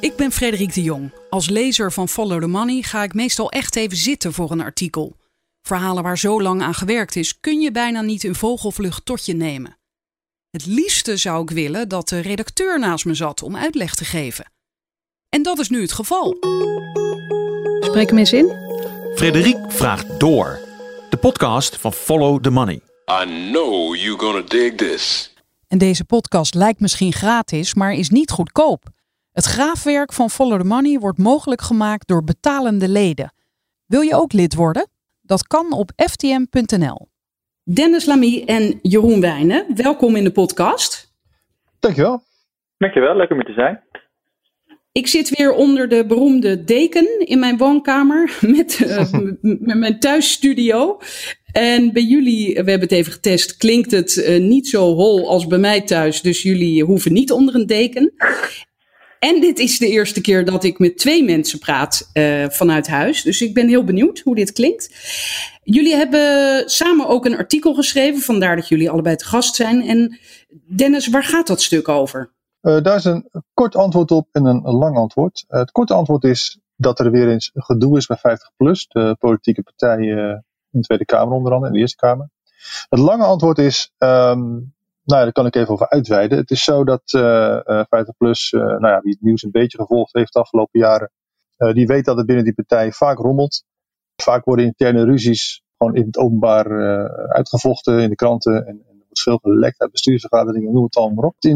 Ik ben Frederik de Jong. Als lezer van Follow the Money ga ik meestal echt even zitten voor een artikel. Verhalen waar zo lang aan gewerkt is, kun je bijna niet in vogelvlucht tot je nemen. Het liefste zou ik willen dat de redacteur naast me zat om uitleg te geven. En dat is nu het geval. Spreek hem eens in. Frederik vraagt door. De podcast van Follow the Money. I know you're gonna dig this. En deze podcast lijkt misschien gratis, maar is niet goedkoop. Het graafwerk van Follow the Money wordt mogelijk gemaakt door betalende leden. Wil je ook lid worden? Dat kan op ftm.nl. Dennis Lamy en Jeroen Wijnen, welkom in de podcast. Dankjewel. Dankjewel, leuk om hier te zijn. Ik zit weer onder de beroemde deken in mijn woonkamer met mijn thuisstudio. En bij jullie, we hebben het even getest, klinkt het niet zo hol als bij mij thuis. Dus jullie hoeven niet onder een deken. En dit is de eerste keer dat ik met 2 mensen praat vanuit huis. Dus ik ben heel benieuwd hoe dit klinkt. Jullie hebben samen ook een artikel geschreven, vandaar dat jullie allebei te gast zijn. En Dennis, waar gaat dat stuk over? Daar is een kort antwoord op en een lang antwoord. Het korte antwoord is dat er weer eens gedoe is bij 50PLUS, de politieke partij in de Tweede Kamer onder andere, in de Eerste Kamer. Het lange antwoord is, daar kan ik even over uitweiden. Het is zo dat 50PLUS, wie het nieuws een beetje gevolgd heeft de afgelopen jaren, die weet dat het binnen die partij vaak rommelt. Vaak worden interne ruzies gewoon in het openbaar uitgevochten in de kranten en er wordt veel gelekt uit bestuursvergaderingen, noem het allemaal maar op.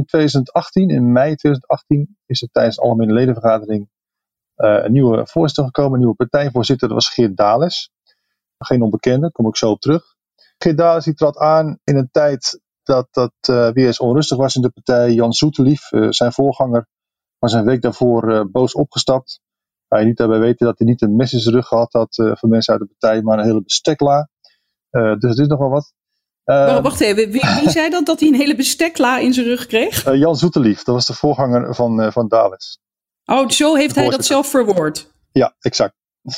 In mei 2018, is er tijdens de algemene ledenvergadering een nieuwe voorzitter gekomen, een nieuwe partijvoorzitter. Dat was Geert Dales. Geen onbekende, daar kom ik zo op terug. Geert Dales die trad aan in een tijd dat weer eens onrustig was in de partij. Jan Soetelief, zijn voorganger, was een week daarvoor boos opgestapt. Je moet daarbij weten dat hij niet een mes in zijn rug gehad had voor mensen uit de partij, maar een hele bestekla. Dus het is nog wel wat. Wacht even, wie zei dat hij een hele bestekla in zijn rug kreeg? Jan Soetelief, dat was de voorganger van Dales. Oh, zo heeft hij dat zelf verwoord? Ja, exact.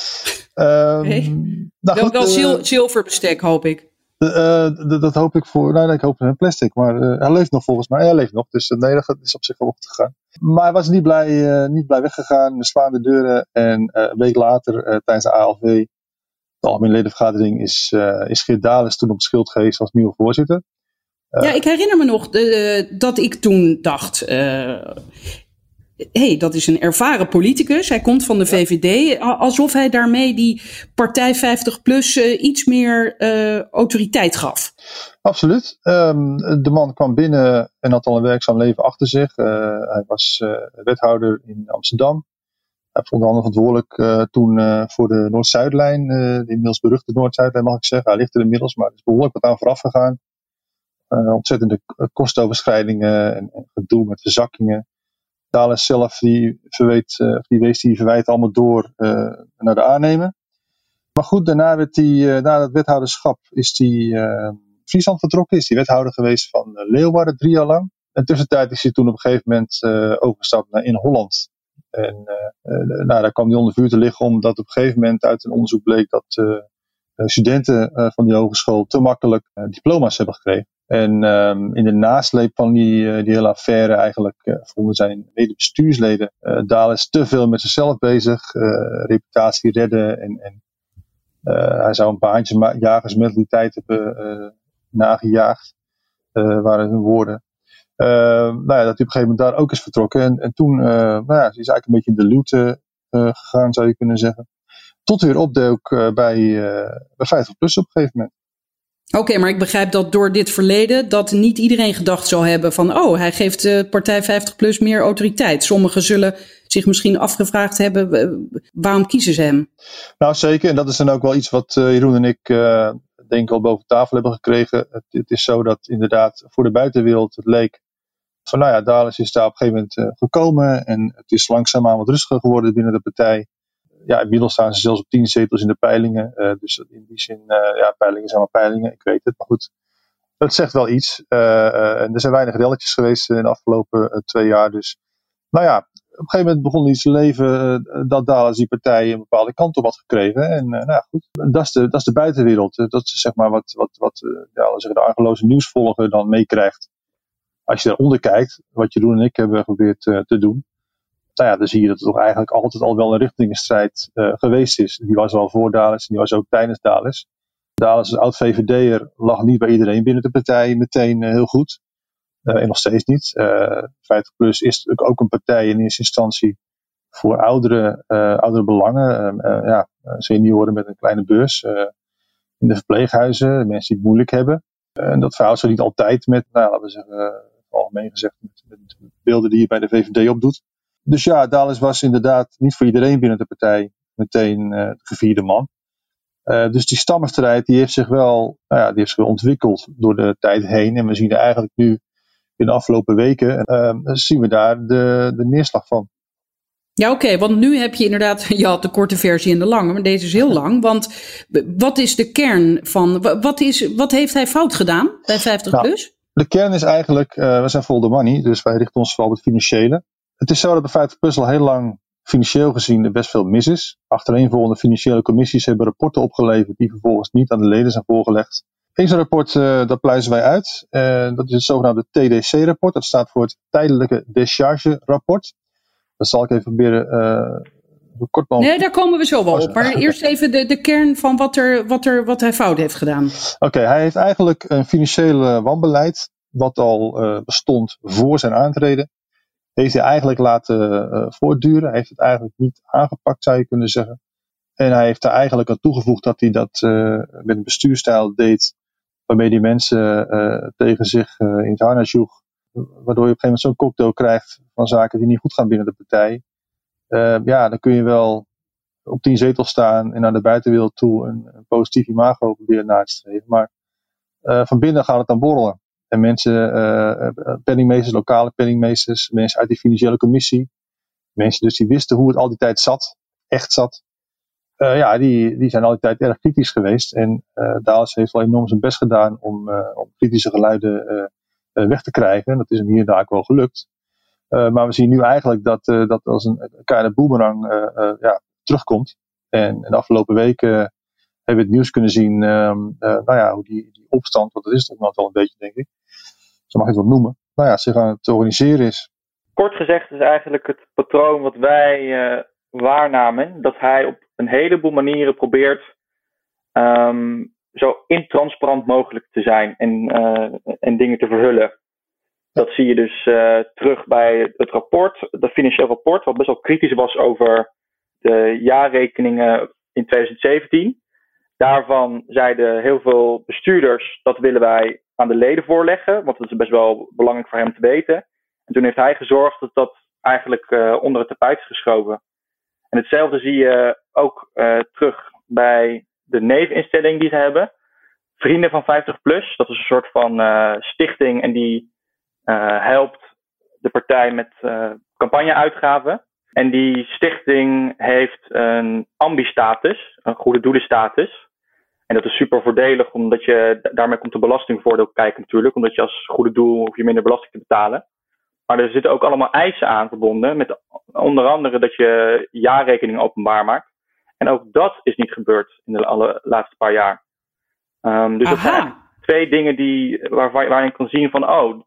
Wel zilverbestek, hoop ik. Dat hoop ik voor. Nee, ik hoop een plastic. Maar hij leeft nog volgens mij. Hij leeft nog. Dus nee, dat is op zich wel goed gegaan. Maar hij was niet blij weggegaan. Met slaande deuren. En een week later, tijdens de ALV, de algemene ledenvergadering, is Geert Dales toen op het schild geweest als nieuwe voorzitter. Ja, ik herinner me nog dat ik toen dacht, dat is een ervaren politicus. Hij komt van de VVD. Alsof hij daarmee die partij 50PLUS iets meer autoriteit gaf. Absoluut. De man kwam binnen en had al een werkzaam leven achter zich. Hij was wethouder in Amsterdam. Hij was onder andere verantwoordelijk toen voor de Noord-Zuidlijn. De inmiddels beruchte Noord-Zuidlijn mag ik zeggen. Hij ligt er inmiddels, maar er is behoorlijk wat aan vooraf gegaan. Ontzettende kostenoverschrijdingen en gedoe met verzakkingen. Dales zelf die wees die verwijten allemaal door naar de aannemer. Maar goed, daarna werd hij, na dat wethouderschap, is hij Friesland vertrokken. Is hij wethouder geweest van Leeuwarden 3 jaar lang. En tussentijd is hij toen op een gegeven moment overgestapt naar in Holland. En daar kwam hij onder vuur te liggen, omdat op een gegeven moment uit een onderzoek bleek dat studenten van die hogeschool te makkelijk diploma's hebben gekregen. En in de nasleep van die hele affaire eigenlijk vonden zijn mede-bestuursleden Dales te veel met zichzelf bezig, reputatie redden en hij zou een paar handjesjagersmentaliteit hebben nagejaagd, waren hun woorden. Dat hij op een gegeven moment daar ook is vertrokken en toen is hij eigenlijk een beetje in de luwte gegaan, zou je kunnen zeggen. Tot weer opdook bij 50PLUS op een gegeven moment. Oké, maar ik begrijp dat door dit verleden dat niet iedereen gedacht zou hebben van hij geeft de partij 50PLUS meer autoriteit. Sommigen zullen zich misschien afgevraagd hebben, waarom kiezen ze hem? Nou zeker, en dat is dan ook wel iets wat Jeroen en ik denk ik al boven tafel hebben gekregen. Het is zo dat inderdaad voor de buitenwereld het leek van Dales is daar op een gegeven moment gekomen en het is langzaamaan wat rustiger geworden binnen de partij. Ja, inmiddels staan ze zelfs op 10 zetels in de peilingen. Dus in die zin, peilingen zijn maar peilingen, ik weet het. Maar goed, dat zegt wel iets. En er zijn weinig relletjes geweest in de afgelopen 2 jaar. Dus op een gegeven moment begon iets te leven dat Dales die partij een bepaalde kant op had gekregen. En goed, dat is de buitenwereld. Dat is zeg maar wat de argeloze nieuwsvolger dan meekrijgt. Als je daaronder kijkt, wat Jeroen en ik hebben geprobeerd te doen. dan zie je dat het toch eigenlijk altijd al wel een richtingenstrijd geweest is. Die was er al voor Dales en die was ook tijdens Dales. Dales als oud-VVD'er lag niet bij iedereen binnen de partij meteen heel goed. En nog steeds niet. 50PLUS is ook een partij in eerste instantie voor oudere belangen. Senioren met een kleine beurs. In de verpleeghuizen, mensen die het moeilijk hebben. En dat verhoudt zich niet altijd met, laten we zeggen, algemeen gezegd, met de beelden die je bij de VVD opdoet. Dus ja, Dales was inderdaad niet voor iedereen binnen de partij meteen de gevierde man. Dus die stammenstrijd die heeft zich wel ontwikkeld door de tijd heen. En we zien er eigenlijk nu in de afgelopen weken, zien we daar de neerslag van. Ja, oké, want nu heb je inderdaad, je had de korte versie en de lange, maar deze is heel lang. Want wat is de kern van, wat heeft hij fout gedaan bij 50PLUS? De kern is eigenlijk, we zijn for the money, dus wij richten ons vooral op het financiële. Het is zo dat bij 50PLUS al heel lang financieel gezien er best veel mis is. Achtereenvolgende financiële commissies hebben rapporten opgeleverd die vervolgens niet aan de leden zijn voorgelegd. Eén zo'n rapport, dat pluizen wij uit. Dat is het zogenaamde TDC-rapport. Dat staat voor het tijdelijke decharge-rapport. Dat zal ik even proberen kort mogelijk. Nee, daar komen we zo wel op. Maar eerst even de kern van wat hij fout heeft gedaan. Oké, hij heeft eigenlijk een financiële wanbeleid, wat al bestond voor zijn aantreden, heeft hij eigenlijk laten voortduren. Hij heeft het eigenlijk niet aangepakt, zou je kunnen zeggen. En hij heeft er eigenlijk aan toegevoegd dat hij dat met een bestuurstijl deed, waarmee die mensen tegen zich in het harnas joeg. Waardoor je op een gegeven moment zo'n cocktail krijgt van zaken die niet goed gaan binnen de partij. Dan kun je wel op 10 zetels staan en naar de buitenwereld toe een positief imago proberen na te streven. Maar van binnen gaat het dan borrelen. En mensen, penningmeesters, lokale penningmeesters, mensen uit die financiële commissie, mensen dus die wisten hoe het al die tijd zat, echt zat. Die zijn al die tijd erg kritisch geweest. En Dales heeft wel enorm zijn best gedaan om kritische geluiden weg te krijgen. En dat is hem hier en daar ook wel gelukt. Maar we zien nu eigenlijk dat als een kleine boemerang terugkomt. En de afgelopen weken hebben we het nieuws kunnen zien hoe die opstand, want dat is het ook nog wel een beetje, denk ik. Zo mag je het wel noemen. Zich aan het organiseren is. Kort gezegd is eigenlijk het patroon wat wij waarnamen, dat hij op een heleboel manieren probeert zo intransparant mogelijk te zijn en dingen te verhullen. Dat zie je dus terug bij het rapport, dat financieel rapport, wat best wel kritisch was over de jaarrekeningen in 2017. Daarvan zeiden heel veel bestuurders, dat willen wij aan de leden voorleggen, want dat is best wel belangrijk voor hem te weten. En toen heeft hij gezorgd dat dat eigenlijk onder het tapijt is geschoven. En hetzelfde zie je ook terug bij de neveninstelling die ze hebben. Vrienden van 50PLUS, dat is een soort van stichting en die helpt de partij met campagneuitgaven. En die stichting heeft een ambi-status, een goede doelenstatus. En dat is super voordelig, omdat je daarmee komt de belastingvoordeel kijken natuurlijk. Omdat je als goede doel hoef je minder belasting te betalen. Maar er zitten ook allemaal eisen aan verbonden. Met onder andere dat je jaarrekening openbaar maakt. En ook dat is niet gebeurd in de laatste paar jaar. Dus dat zijn twee dingen waar je kan zien van,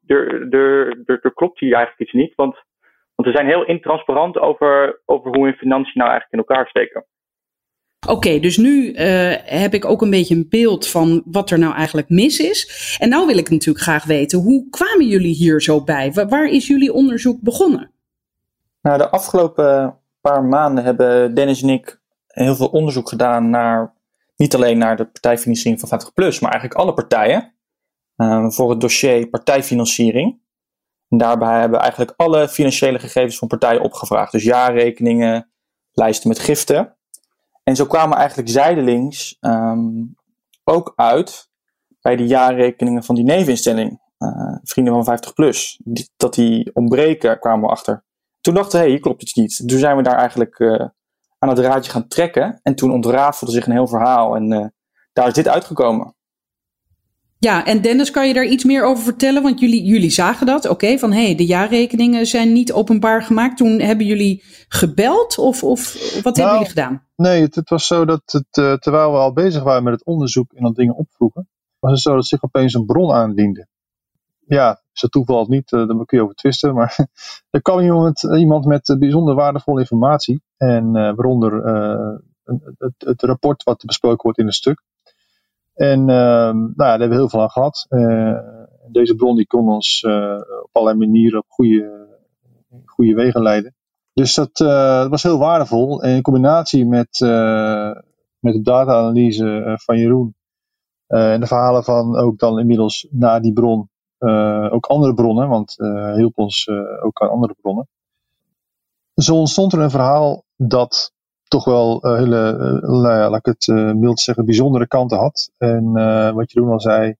er klopt hier eigenlijk iets niet. Want we zijn heel intransparant over hoe hun financiën nou eigenlijk in elkaar steken. Oké, dus nu heb ik ook een beetje een beeld van wat er nou eigenlijk mis is. En nou wil ik natuurlijk graag weten, hoe kwamen jullie hier zo bij? Waar is jullie onderzoek begonnen? Nou, de afgelopen paar maanden hebben Dennis en ik heel veel onderzoek gedaan naar, niet alleen naar de partijfinanciering van 50PLUS, maar eigenlijk alle partijen. Voor het dossier partijfinanciering. En daarbij hebben we eigenlijk alle financiële gegevens van partijen opgevraagd. Dus jaarrekeningen, lijsten met giften. En zo kwamen we eigenlijk zijdelings ook uit bij de jaarrekeningen van die neveninstelling. Vrienden van 50PLUS. Dat die ontbreken, kwamen we achter. Toen dachten we, hier klopt iets niet. Toen zijn we daar eigenlijk aan het raadje gaan trekken. En toen ontrafelde zich een heel verhaal. En daar is dit uitgekomen. Ja, en Dennis, kan je daar iets meer over vertellen? Want jullie zagen dat, van de jaarrekeningen zijn niet openbaar gemaakt. Toen hebben jullie gebeld of wat hebben jullie gedaan? Nee, het was zo dat terwijl we al bezig waren met het onderzoek en dat dingen opvroegen, was het zo dat zich opeens een bron aandiende. Ja, Is dat toeval of niet, daar kun je over twisten. Maar er kwam iemand met bijzonder waardevolle informatie. En waaronder het rapport wat besproken wordt in het stuk. En daar hebben we heel veel aan gehad. Deze bron die kon ons op allerlei manieren op goede wegen leiden. Dus dat was heel waardevol. En in combinatie met de data-analyse van Jeroen. En de verhalen van ook dan inmiddels na die bron ook andere bronnen. Want hielp ons ook aan andere bronnen. Zo ontstond er een verhaal dat toch wel hele, laat ik het mild zeggen, bijzondere kanten had. En wat Jeroen al zei,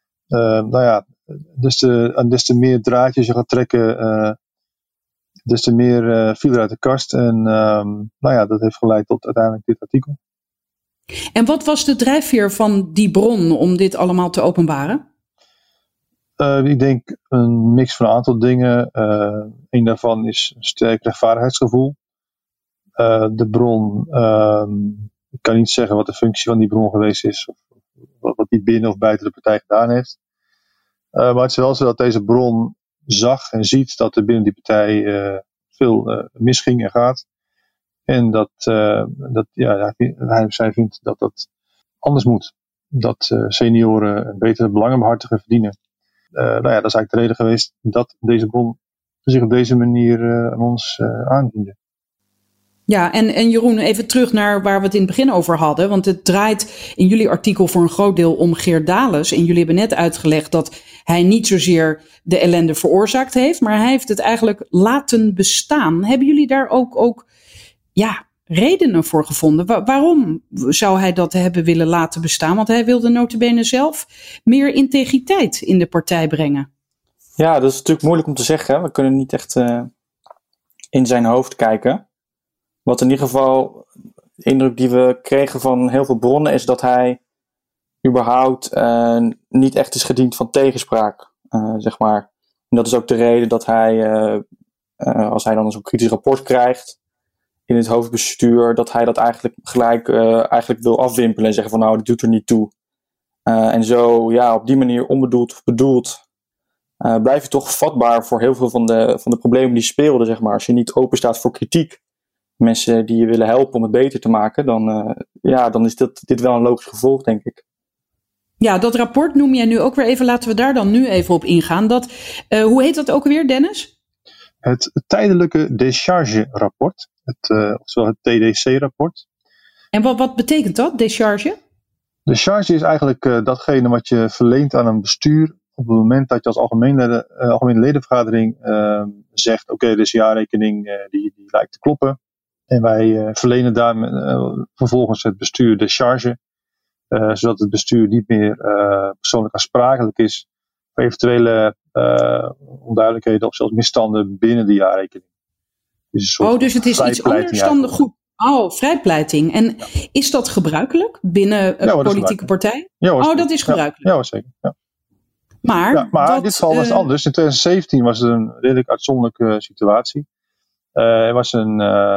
des te meer draadjes je gaat trekken, des te meer viel er uit de kast. En dat heeft geleid tot uiteindelijk dit artikel. En wat was de drijfveer van die bron om dit allemaal te openbaren? Ik denk een mix van een aantal dingen. Een daarvan is een sterk rechtvaardigheidsgevoel. De bron, ik kan niet zeggen wat de functie van die bron geweest is, of wat die binnen of buiten de partij gedaan heeft. Maar het is wel zo dat deze bron zag en ziet dat er binnen die partij veel misging en gaat. En zij vindt dat dat anders moet. Dat senioren een betere belangenbehartiger verdienen. Dat is eigenlijk de reden geweest dat deze bron zich op deze manier aan ons aandiende. Ja, en Jeroen, even terug naar waar we het in het begin over hadden. Want het draait in jullie artikel voor een groot deel om Geert Dales. En jullie hebben net uitgelegd dat hij niet zozeer de ellende veroorzaakt heeft, maar hij heeft het eigenlijk laten bestaan. Hebben jullie daar ook redenen voor gevonden? Waarom zou hij dat hebben willen laten bestaan? Want hij wilde nota bene zelf meer integriteit in de partij brengen. Ja, dat is natuurlijk moeilijk om te zeggen. We kunnen niet echt in zijn hoofd kijken. Wat in ieder geval de indruk die we kregen van heel veel bronnen is dat hij überhaupt niet echt is gediend van tegenspraak, zeg maar. En dat is ook de reden dat hij, als hij dan zo'n kritisch rapport krijgt in het hoofdbestuur, dat hij dat eigenlijk gelijk wil afwimpelen en zeggen van nou, dat doet er niet toe. En zo, op die manier onbedoeld of bedoeld, blijf je toch vatbaar voor heel veel van de problemen die speelden, zeg maar. Als je niet open staat voor kritiek, mensen die je willen helpen om het beter te maken, dan is dit wel een logisch gevolg, denk ik. Ja, dat rapport noem jij nu ook weer even. Laten we daar dan nu even op ingaan. Hoe heet dat ook weer, Dennis? Het tijdelijke décharge-rapport. Oftewel het TDC-rapport. En wat betekent dat, décharge? Décharge is eigenlijk datgene wat je verleent aan een bestuur op het moment dat je als algemene ledenvergadering zegt, oké, dus jaarrekening die lijkt te kloppen. En wij verlenen daar vervolgens het bestuur décharge, zodat het bestuur niet meer persoonlijk aansprakelijk is voor eventuele onduidelijkheden of zelfs misstanden binnen de jaarrekening. Dus het is iets anders dan de goed. Vrijpleiting. En is dat gebruikelijk binnen een politieke partij? Ja, dat is gebruikelijk. Ja, zeker. Ja. Maar dit geval was anders. In 2017 was het een redelijk uitzonderlijke situatie. Er was een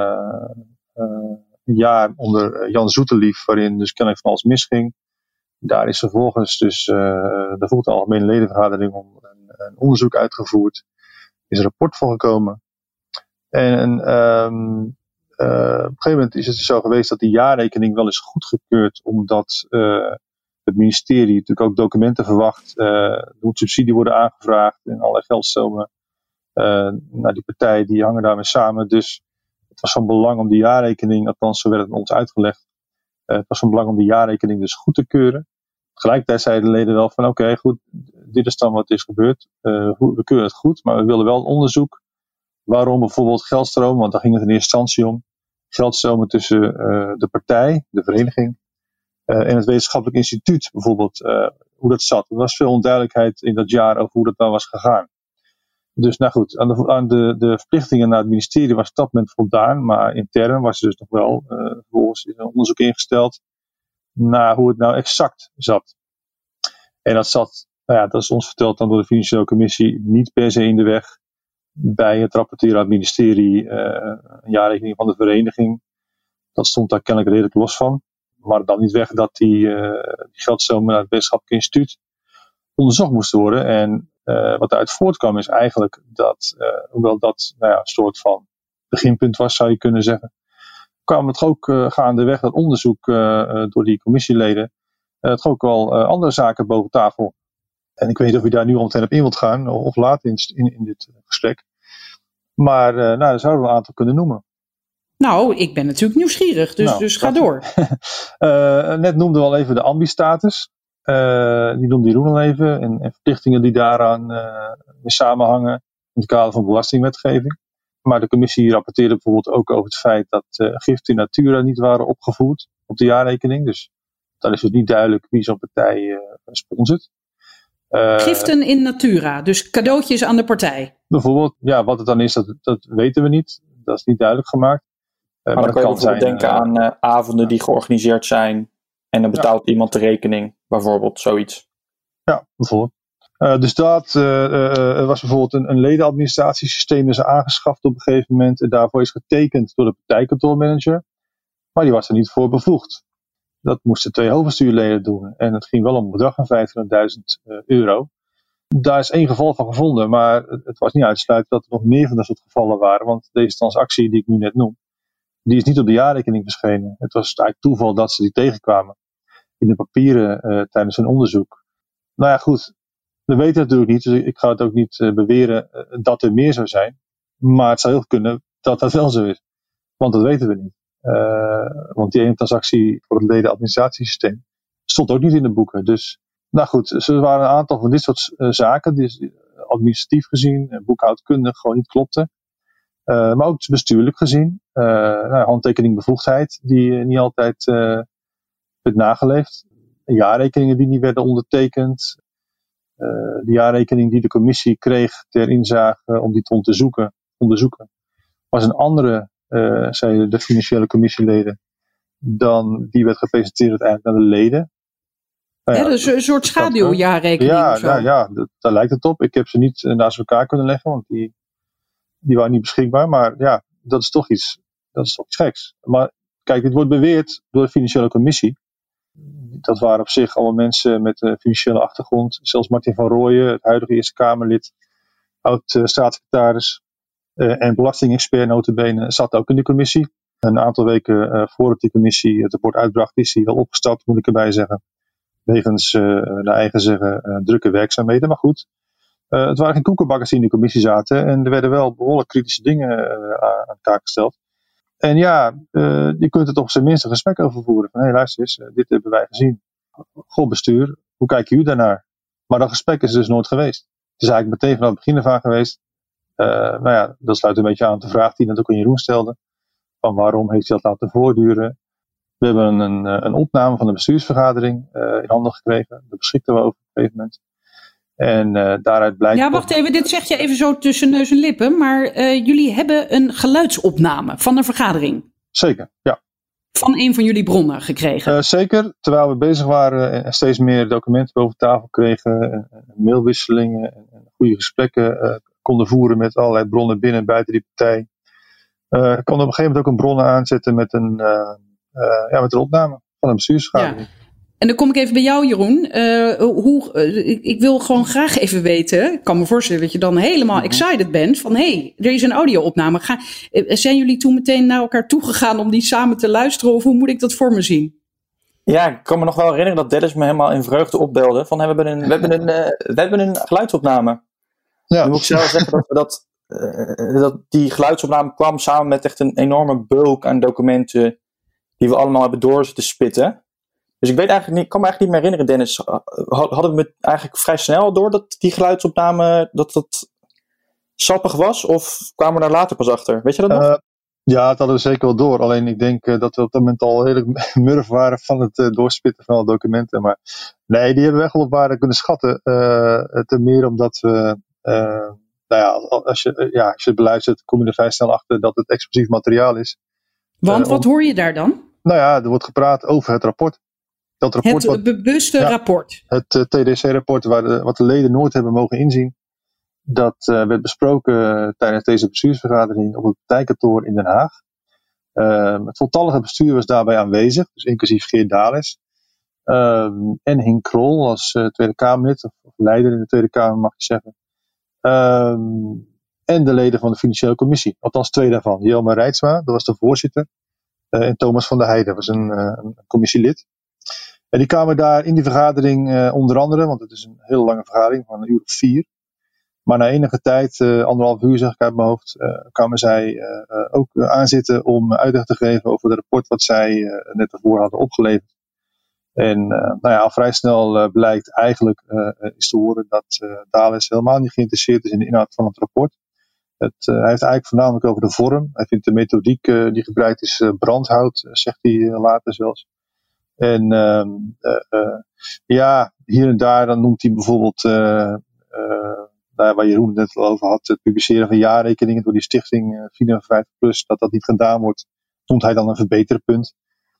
jaar onder Jan Zoeterlief, waarin dus kennelijk van alles misging. Daar is vervolgens daar voert de algemene ledenvergadering om een onderzoek uitgevoerd. Er is een rapport voor gekomen. En op een gegeven moment is het zo geweest dat die jaarrekening wel is goedgekeurd, omdat het ministerie natuurlijk ook documenten verwacht. Er moet subsidie worden aangevraagd en allerlei geldstromen naar die partij, die hangen daarmee samen. Dus het was van belang om die jaarrekening, althans zo werd het ons uitgelegd, het was van belang om die jaarrekening dus goed te keuren. Tegelijkertijd zeiden de leden wel van oké, goed, dit is dan wat is gebeurd. We keuren het goed, maar we willen wel een onderzoek waarom bijvoorbeeld geldstromen, want daar ging het in eerste instantie om, geldstromen tussen de partij, de vereniging, en het wetenschappelijk instituut bijvoorbeeld, hoe dat zat. Er was veel onduidelijkheid in dat jaar over hoe dat nou was gegaan. Dus nou goed, aan de verplichtingen naar het ministerie was op dat moment voldaan, maar intern was er dus nog wel vervolgens een onderzoek ingesteld naar hoe het nou exact zat. En dat zat, dat is ons verteld dan door de financiële commissie, niet per se in de weg bij het rapporteren aan het ministerie, een jaarrekening van de vereniging. Dat stond daar kennelijk redelijk los van. Maar dan niet weg dat die geldstromen naar het wetenschappelijk instituut onderzocht moesten worden. En wat eruit voortkwam is eigenlijk dat, hoewel dat een soort van beginpunt was, zou je kunnen zeggen, kwam het ook gaandeweg dat onderzoek door die commissieleden het ook wel andere zaken boven tafel. En ik weet niet of je daar nu al meteen op in wilt gaan of later in dit gesprek. Maar daar zouden we een aantal kunnen noemen. Nou, ik ben natuurlijk nieuwsgierig, dus ga door. Net noemden we al even de ambi-status. Die noemde Jeroen al even. En verplichtingen die daaraan mee samenhangen in het kader van belastingwetgeving. Maar de commissie rapporteerde bijvoorbeeld ook over het feit dat giften in natura niet waren opgevoerd op de jaarrekening. Dus dan is het niet duidelijk wie zo'n partij sponsort. Giften in natura, dus cadeautjes aan de partij. Bijvoorbeeld, wat het dan is, dat weten we niet. Dat is niet duidelijk gemaakt. Maar dan kan je bijvoorbeeld denken aan avonden die georganiseerd zijn en dan betaalt iemand de rekening, bijvoorbeeld, zoiets. Ja, bijvoorbeeld. Dus dat was bijvoorbeeld een ledenadministratiesysteem is aangeschaft op een gegeven moment en daarvoor is getekend door de partijkantoormanager. Maar die was er niet voor bevoegd. Dat moesten 2 hoofdbestuurleden doen en het ging wel om een bedrag van €25.000. Daar is 1 geval van gevonden, maar het was niet uitsluitend dat er nog meer van dat soort gevallen waren, want deze transactie die ik nu net noem, die is niet op de jaarrekening verschenen. Het was eigenlijk toeval dat ze die tegenkwamen in de papieren tijdens hun onderzoek. Nou ja, goed. We weten het natuurlijk niet, dus ik ga het ook niet beweren dat er meer zou zijn. Maar het zou heel kunnen dat dat wel zo is. Want dat weten we niet. Want die ene transactie voor het ledenadministratiesysteem stond ook niet in de boeken. Dus, nou goed, er waren een aantal van dit soort zaken, die administratief gezien, boekhoudkundig gewoon niet klopten. Maar ook bestuurlijk gezien. Handtekeningbevoegdheid die niet altijd werd nageleefd. Jaarrekeningen die niet werden ondertekend. De jaarrekening die de commissie kreeg ter inzage om die te onderzoeken was een andere, zeiden de financiële commissieleden, dan die werd gepresenteerd uiteindelijk naar de leden. Dus een soort schaduwjaarrekening of zo. Ja, daar lijkt het op. Ik heb ze niet naast elkaar kunnen leggen, want die waren niet beschikbaar. Maar ja, dat is toch iets geks. Maar kijk, dit wordt beweerd door de financiële commissie. Dat waren op zich allemaal mensen met een financiële achtergrond. Zelfs Martin van Rooyen, het huidige Eerste Kamerlid, oud-staatssecretaris en belastingexpert nota bene, zat ook in de commissie. Een aantal weken voordat die commissie het rapport uitbracht, is hij wel opgestapt, moet ik erbij zeggen. Wegens, naar eigen zeggen, drukke werkzaamheden. Maar goed, het waren geen koekenbakkers die in de commissie zaten. En er werden wel behoorlijk kritische dingen aan de kaak gesteld. En ja, je kunt er toch op zijn minst een gesprek over voeren. Van, hé, luister eens, dit hebben wij gezien. Goh, bestuur, hoe kijken jullie daarnaar? Maar dat gesprek is dus nooit geweest. Het is eigenlijk meteen vanaf het begin ervan geweest. Dat sluit een beetje aan de vraag die net ook aan Jeroen stelde. Van waarom heeft hij dat laten voortduren? We hebben een opname van de bestuursvergadering in handen gekregen. Daar beschikten we over op een gegeven moment. En daaruit blijkt... Ja, wacht even, dit zeg je even zo tussen neus en lippen. Maar jullie hebben een geluidsopname van een vergadering. Zeker, ja. Van een van jullie bronnen gekregen. Zeker, terwijl we bezig waren en steeds meer documenten boven tafel kregen. En mailwisselingen en goede gesprekken konden voeren met allerlei bronnen binnen en buiten die partij. Ik kon op een gegeven moment ook een bronnen aanzetten met een opname van een bestuursvergadering. Ja. En dan kom ik even bij jou, Jeroen. Ik wil gewoon graag even weten. Ik kan me voorstellen dat je dan helemaal excited bent. Van er is een audio-opname. Zijn jullie toen meteen naar elkaar toegegaan om die samen te luisteren? Of hoe moet ik dat voor me zien? Ja, ik kan me nog wel herinneren dat Dennis me helemaal in vreugde opbelde. Van we hebben een geluidsopname. Ja. Dan moet ik zelf zeggen dat die geluidsopname kwam samen met echt een enorme bulk aan documenten die we allemaal hebben door te spitten. Dus ik kan me eigenlijk niet meer herinneren, Dennis. Hadden we het eigenlijk vrij snel door dat die geluidsopname dat sappig was? Of kwamen we daar later pas achter? Weet je dat nog? Ja, dat hadden we zeker wel door. Alleen ik denk dat we op dat moment al redelijk murf waren van het doorspitten van alle documenten. Maar nee, die hebben we echt wel op waarde kunnen schatten. Ten meer omdat we... als je het beluistert, kom je er vrij snel achter dat het explosief materiaal is. Want wat hoor je daar dan? Nou ja, er wordt gepraat over het rapport. Het bewuste rapport. Het TDC-rapport wat de leden nooit hebben mogen inzien. Dat werd besproken tijdens deze bestuursvergadering op het partijkantoor in Den Haag. Het voltallige bestuur was daarbij aanwezig, dus inclusief Geert Dales. En Henk Krol als Tweede Kamerlid, of leider in de Tweede Kamer mag je zeggen. En de leden van de financiële commissie. Althans 2 daarvan. Jelmer Reitsma, dat was de voorzitter. En Thomas van der Heijden was een commissielid. En die kwamen daar in die vergadering onder andere, want het is een hele lange vergadering van 1 uur of 4. Maar na enige tijd, 1,5 uur zeg ik uit mijn hoofd, kwamen zij ook aanzitten om uitleg te geven over het rapport wat zij net ervoor hadden opgeleverd. En al vrij snel blijkt eigenlijk is te horen dat Dales helemaal niet geïnteresseerd is in de inhoud van het rapport. Hij heeft eigenlijk voornamelijk over de vorm. Hij vindt de methodiek die gebruikt is brandhout, zegt hij later zelfs. En hier en daar dan noemt hij bijvoorbeeld, waar Jeroen het net al over had, het publiceren van jaarrekeningen door die stichting 54+, dat niet gedaan wordt, noemt hij dan een verbeterpunt.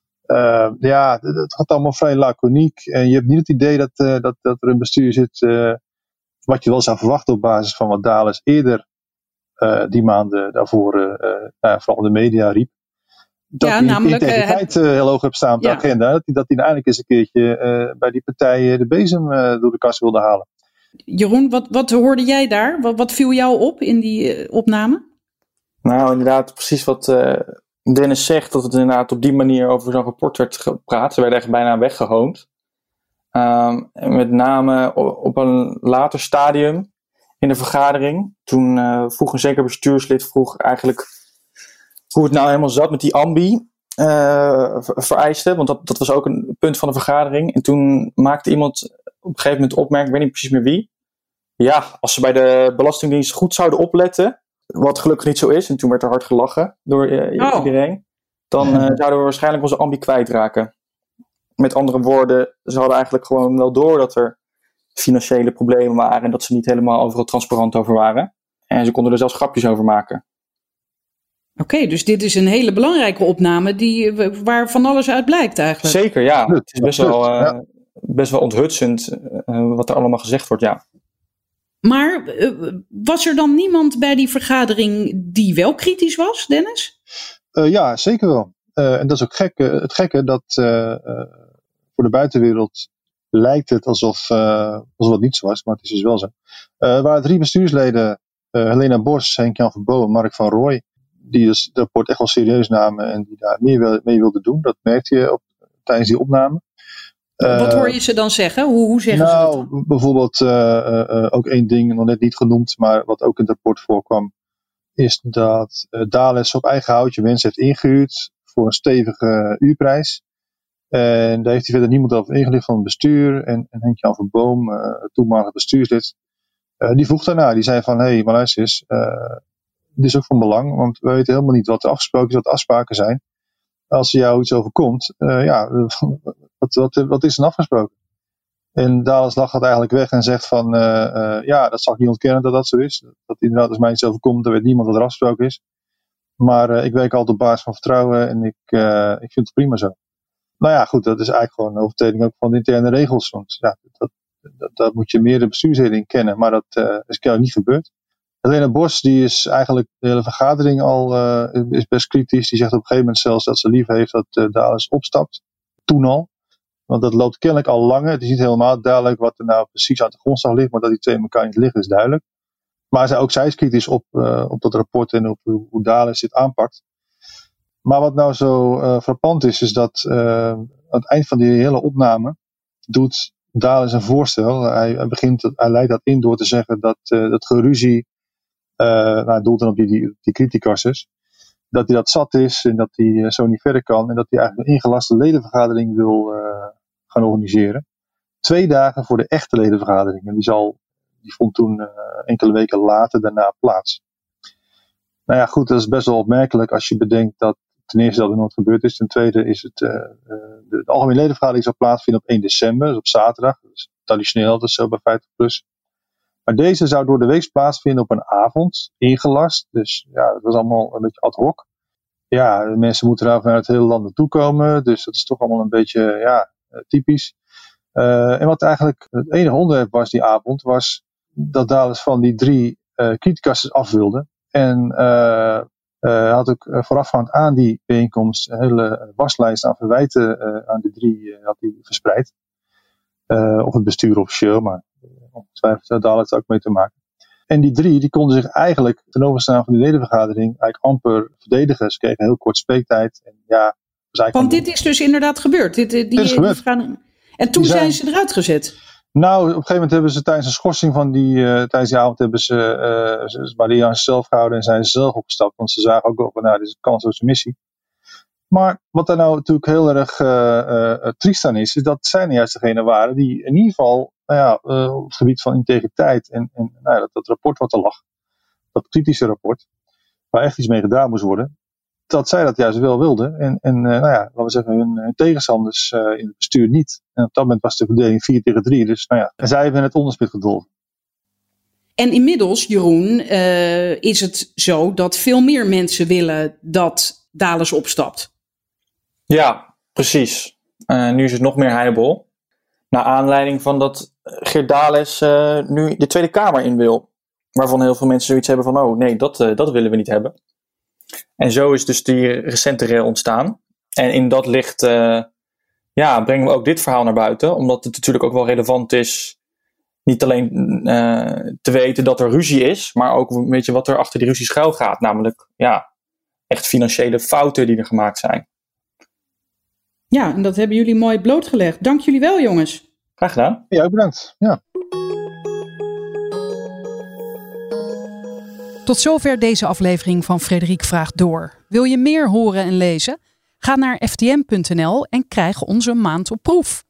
Het gaat allemaal vrij laconiek. En je hebt niet het idee dat er een bestuur zit, wat je wel zou verwachten op basis van wat Dales eerder die maanden daarvoor vooral in de media riep. Dat hij namelijk integriteit heel hoog heeft staan op de agenda. Dat hij eindelijk eens een keertje bij die partijen de bezem door de kast wilde halen. Jeroen, wat hoorde jij daar? Wat viel jou op in die opname? Nou, inderdaad, precies wat Dennis zegt. Dat het inderdaad op die manier over zo'n rapport werd gepraat. Ze werden echt bijna weggehoond. En met name op een later stadium in de vergadering. Toen vroeg een zeker bestuurslid eigenlijk hoe het nou helemaal zat met die ambi-vereisten. Want dat was ook een punt van de vergadering. En toen maakte iemand op een gegeven moment opmerking, ik weet niet precies meer wie. Ja, als ze bij de Belastingdienst goed zouden opletten, wat gelukkig niet zo is, en toen werd er hard gelachen door iedereen, dan zouden we waarschijnlijk onze ambi kwijtraken. Met andere woorden, ze hadden eigenlijk gewoon wel door dat er financiële problemen waren en dat ze niet helemaal overal transparant over waren. En ze konden er zelfs grapjes over maken. Oké, dus dit is een hele belangrijke opname waar van alles uit blijkt eigenlijk. Zeker, ja. Het is best wel onthutsend wat er allemaal gezegd wordt, ja. Maar was er dan niemand bij die vergadering die wel kritisch was, Dennis? Ja, zeker wel. En dat is ook het gekke dat voor de buitenwereld lijkt het alsof het niet zo was, maar het is dus wel zo. Er waren 3 bestuursleden, Helena Bos, Henk-Jan van Boo en Mark van Rooij, die dus het rapport echt wel serieus namen en die daar meer mee wilden doen. Dat merkte je tijdens die opname. Wat hoor je ze dan zeggen? Hoe zeggen ze dat? Bijvoorbeeld ook 1 ding, nog net niet genoemd, maar wat ook in het rapport voorkwam, is dat Dales op eigen houtje mensen heeft ingehuurd voor een stevige uurprijs. En daar heeft hij verder niemand over ingelicht van het bestuur. En Henk-Jan van Boom, toenmalig bestuurslid, die vroeg daarna. Die zei van, maar luister eens, dit is ook van belang, want we weten helemaal niet wat er afgesproken is, wat de afspraken zijn. Als er jou iets overkomt, wat is er afgesproken? En Dales lacht dat eigenlijk weg en zegt van, dat zal ik niet ontkennen dat dat zo is. Dat inderdaad als mij iets overkomt, dan weet niemand wat er afgesproken is. Maar ik werk altijd op basis van vertrouwen en ik vind het prima zo. Nou ja, goed, dat is eigenlijk gewoon een overtreding ook van de interne regels. Want dat moet je meer de bestuursleden kennen, maar dat is kennelijk niet gebeurd. Helena Bos, die is eigenlijk de hele vergadering al is best kritisch. Die zegt op een gegeven moment zelfs dat ze lief heeft dat Dales opstapt. Toen al. Want dat loopt kennelijk al langer. Het is niet helemaal duidelijk wat er nou precies aan de grondslag ligt. Maar dat die 2 elkaar niet liggen is duidelijk. Maar ook zij is kritisch op dat rapport en op hoe Dales dit aanpakt. Maar wat nou zo frappant is dat aan het eind van die hele opname doet Dales een voorstel. Hij leidt dat in door te zeggen dat het geruzie, doelt dan op die criticasters, dat hij dat zat is en dat hij zo niet verder kan en dat hij eigenlijk een ingelaste ledenvergadering wil gaan organiseren. 2 dagen voor de echte ledenvergadering. En die vond toen enkele weken later daarna plaats. Nou ja, goed, dat is best wel opmerkelijk als je bedenkt dat ten eerste dat er nooit gebeurd is. Ten tweede is het de algemene ledenvergadering zal plaatsvinden op 1 december, dus op zaterdag. Dat is traditioneel altijd zo bij 50+. Maar deze zou door de week plaatsvinden op een avond, ingelast. Dus ja, dat was allemaal een beetje ad hoc. Ja, de mensen moeten daar vanuit het hele land naartoe komen. Dus dat is toch allemaal een beetje typisch. En wat eigenlijk het enige onderwerp was die avond, was dat Dales van die 3 criticasters af wilde. En had ook voorafgaand aan die bijeenkomst een hele waslijst aan verwijten aan die 3 had hij verspreid. Of het bestuur officieel, maar ongetwijfeld had Dales er ook mee te maken. En die 3 die konden zich eigenlijk ten overstaan van de ledenvergadering eigenlijk amper verdedigen. Ze kregen heel kort spreektijd. En ja, want dit is dus inderdaad gebeurd. Dit is gebeurd. En toen zijn ze eruit gezet. Nou, op een gegeven moment hebben ze tijdens een schorsing van tijdens die avond hebben ze Maria aan zichzelf gehouden en zijn ze zelf opgestapt. Want ze zagen ook wel van, dit is een kansloze missie. Maar wat daar nou natuurlijk heel erg triest aan is dat zij nou juist degene waren die in ieder geval op het gebied van integriteit en dat rapport wat er lag, dat kritische rapport, waar echt iets mee gedaan moest worden, dat zij dat juist wel wilden. En laten we zeggen, hun tegenstanders in het bestuur niet. En op dat moment was de verdeling 4-3. Dus en zij hebben het onderspit gedolven. En inmiddels, Jeroen, is het zo dat veel meer mensen willen dat Dales opstapt. Ja, precies. Nu is het nog meer heibel. Naar aanleiding van dat Geert Dales nu de Tweede Kamer in wil. Waarvan heel veel mensen zoiets hebben van, oh nee, dat willen we niet hebben. En zo is dus die recente rel ontstaan. En in dat licht brengen we ook dit verhaal naar buiten. Omdat het natuurlijk ook wel relevant is. Niet alleen te weten dat er ruzie is. Maar ook een beetje wat er achter die ruzie schuil gaat. Namelijk echt financiële fouten die er gemaakt zijn. Ja, en dat hebben jullie mooi blootgelegd. Dank jullie wel, jongens. Graag gedaan. Ja, bedankt. Ja. Tot zover deze aflevering van Frederiek Vraagt Door. Wil je meer horen en lezen? Ga naar ftm.nl en krijg onze maand op proef.